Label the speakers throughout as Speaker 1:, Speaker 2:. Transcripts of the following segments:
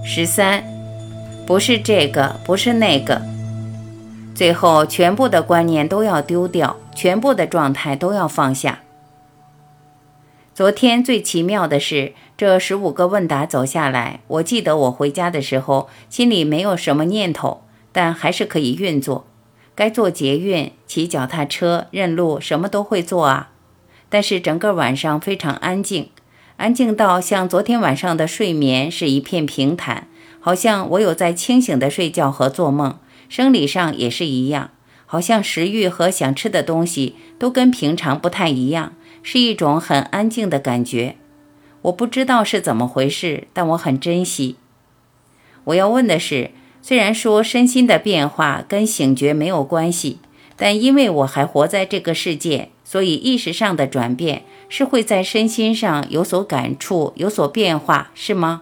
Speaker 1: 13，不是这个，不是那个，最后全部的观念都要丢掉，全部的状态都要放下。昨天最奇妙的是，这15个问答走下来，我记得我回家的时候心里没有什么念头，但还是可以运作，该坐捷运、骑脚踏车、认路什么都会做啊。但是整个晚上非常安静，安静到像昨天晚上的睡眠是一片平坦，好像我有在清醒的睡觉和做梦，生理上也是一样，好像食欲和想吃的东西都跟平常不太一样，是一种很安静的感觉。我不知道是怎么回事，但我很珍惜。我要问的是，虽然说身心的变化跟醒觉没有关系，但因为我还活在这个世界，所以意识上的转变是会在身心上有所感触，有所变化，是吗？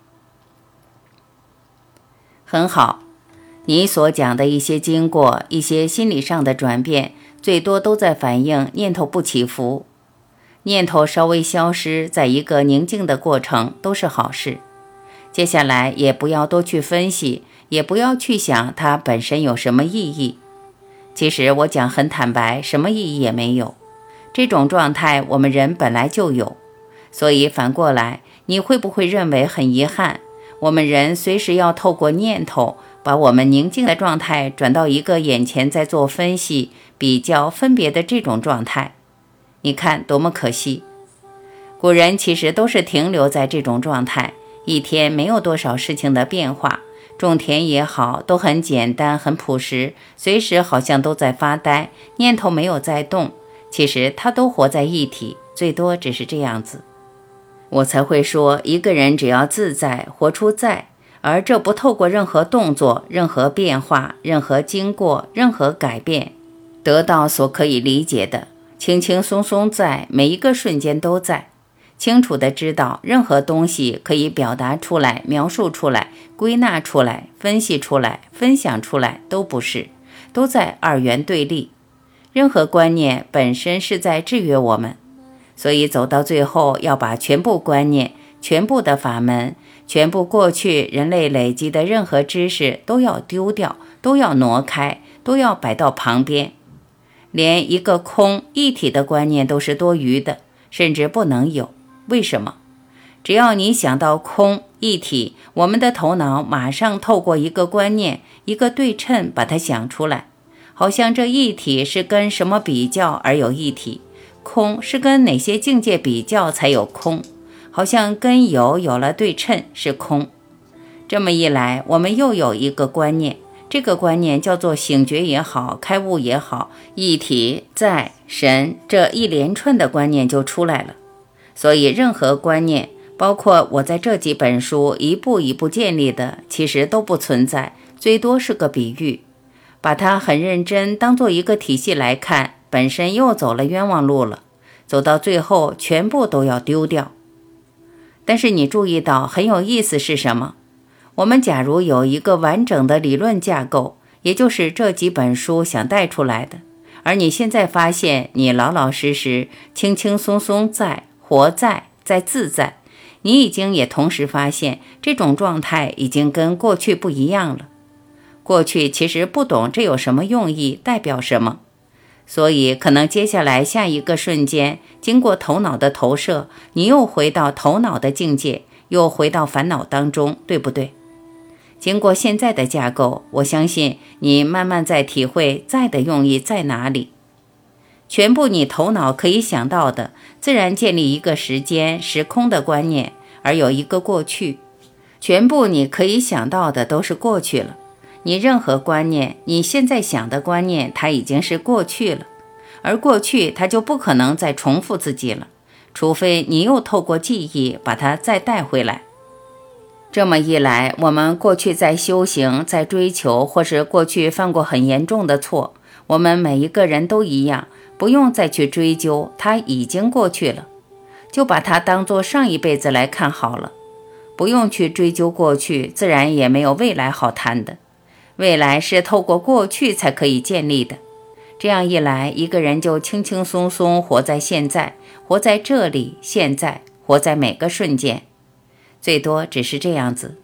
Speaker 1: 很好，你所讲的一些经过，一些心理上的转变，最多都在反映念头不起伏。念头稍微消失，在一个宁静的过程，都是好事。接下来也不要多去分析，也不要去想它本身有什么意义。其实我讲很坦白，什么意义也没有。这种状态我们人本来就有，所以反过来，你会不会认为很遗憾，我们人随时要透过念头，把我们宁静的状态转到一个眼前在做分析、比较、分别的这种状态？你看多么可惜。古人其实都是停留在这种状态，一天没有多少事情的变化，种田也好，都很简单很朴实，随时好像都在发呆，念头没有在动，其实他都活在一体，最多只是这样子。我才会说，一个人只要自在，活出在，而这不透过任何动作、任何变化、任何经过、任何改变，得到所可以理解的，轻轻松松在，每一个瞬间都在，清楚地知道任何东西可以表达出来、描述出来、归纳出来、分析出来、分享出来，都不是，都在二元对立。任何观念本身是在制约我们，所以走到最后，要把全部观念、全部的法门、全部过去人类累积的任何知识都要丢掉，都要挪开，都要摆到旁边。连一个空一体的观念都是多余的，甚至不能有。为什么？只要你想到空一体，我们的头脑马上透过一个观念、一个对称把它想出来，好像这一体是跟什么比较而有一体，空是跟哪些境界比较才有空，好像跟有了对称是空。这么一来，我们又有一个观念，这个观念叫做醒觉也好，开悟也好，一体在神，这一连串的观念就出来了。所以任何观念，包括我在这几本书一步一步建立的，其实都不存在，最多是个比喻。把它很认真当做一个体系来看，本身又走了冤枉路了，走到最后全部都要丢掉。但是你注意到很有意思是什么？我们假如有一个完整的理论架构，也就是这几本书想带出来的，而你现在发现你老老实实、轻轻松松在活在自在，你已经也同时发现这种状态已经跟过去不一样了。过去其实不懂这有什么用意，代表什么，所以可能接下来下一个瞬间，经过头脑的投射，你又回到头脑的境界，又回到烦恼当中，对不对？经过现在的架构，我相信你慢慢在体会在的用意在哪里。全部你头脑可以想到的，自然建立一个时间、时空的观念，而有一个过去。全部你可以想到的都是过去了。你任何观念，你现在想的观念，它已经是过去了。而过去它就不可能再重复自己了，除非你又透过记忆把它再带回来。这么一来，我们过去在修行、在追求，或是过去犯过很严重的错，我们每一个人都一样，不用再去追究，它已经过去了，就把它当作上一辈子来看好了。不用去追究过去，自然也没有未来好谈的。未来是透过过去才可以建立的。这样一来，一个人就轻轻松松活在现在，活在这里现在，活在每个瞬间。最多只是这样子，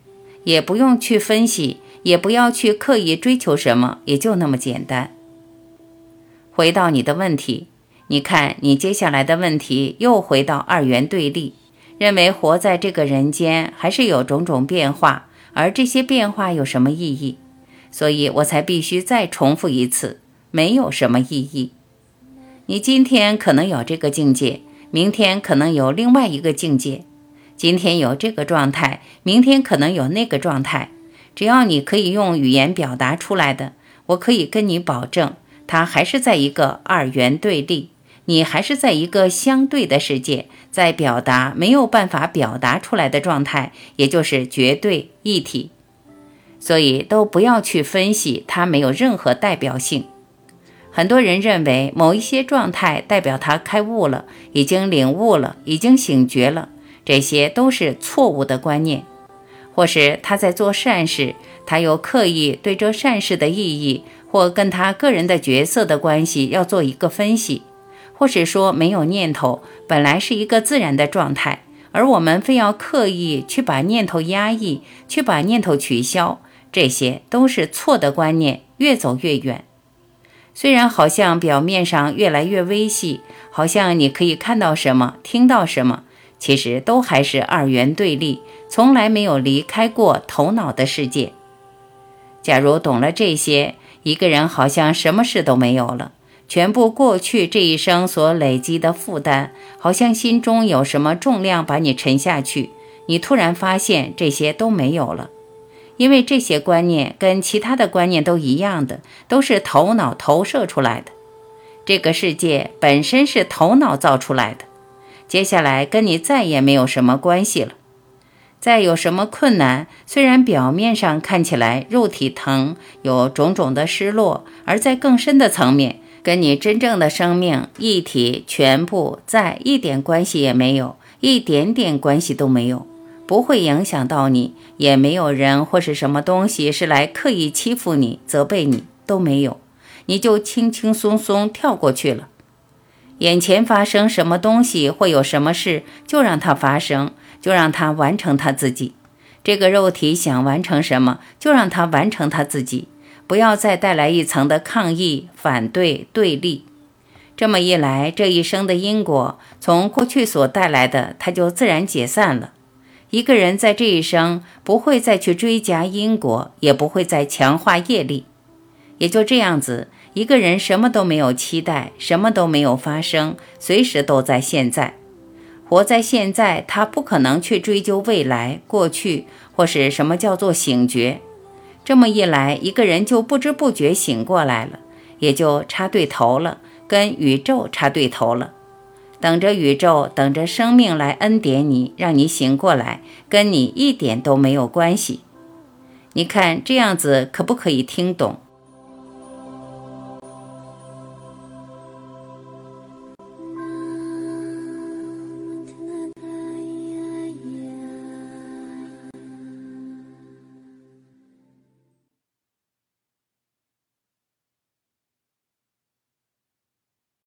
Speaker 1: 也不用去分析，也不要去刻意追求什么，也就那么简单。回到你的问题，你看你接下来的问题又回到二元对立，认为活在这个人间还是有种种变化，而这些变化有什么意义？所以我才必须再重复一次，没有什么意义。你今天可能有这个境界，明天可能有另外一个境界，今天有这个状态，明天可能有那个状态，只要你可以用语言表达出来的，我可以跟你保证，它还是在一个二元对立，你还是在一个相对的世界，在表达没有办法表达出来的状态，也就是绝对一体。所以都不要去分析，它没有任何代表性。很多人认为某一些状态代表他开悟了，已经领悟了，已经醒觉了，这些都是错误的观念。或是他在做善事，他又刻意对这善事的意义或跟他个人的角色的关系要做一个分析，或是说没有念头本来是一个自然的状态，而我们非要刻意去把念头压抑，去把念头取消，这些都是错的观念，越走越远。虽然好像表面上越来越微细，好像你可以看到什么，听到什么，其实都还是二元对立，从来没有离开过头脑的世界。假如懂了这些，一个人好像什么事都没有了，全部过去这一生所累积的负担，好像心中有什么重量把你沉下去，你突然发现这些都没有了。因为这些观念跟其他的观念都一样的，都是头脑投射出来的。这个世界本身是头脑造出来的，接下来跟你再也没有什么关系了。再有什么困难，虽然表面上看起来肉体疼，有种种的失落，而在更深的层面，跟你真正的生命一体全部在一点关系也没有，一点点关系都没有，不会影响到你，也没有人或是什么东西是来刻意欺负你、责备你，都没有，你就轻轻松松跳过去了。眼前发生什么东西或有什么事，就让它发生，就让它完成它自己。这个肉体想完成什么，就让它完成它自己，不要再带来一层的抗议、反对、对立。这么一来，这一生的因果从过去所带来的，它就自然解散了。一个人在这一生不会再去追加因果，也不会再强化业力。也就这样子，一个人什么都没有期待，什么都没有发生，随时都在现在。活在现在，他不可能去追究未来、过去，或是什么叫做醒觉。这么一来，一个人就不知不觉醒过来了，也就插对头了，跟宇宙插对头了。等着宇宙，等着生命来恩典你，让你醒过来，跟你一点都没有关系。你看这样子可不可以听懂？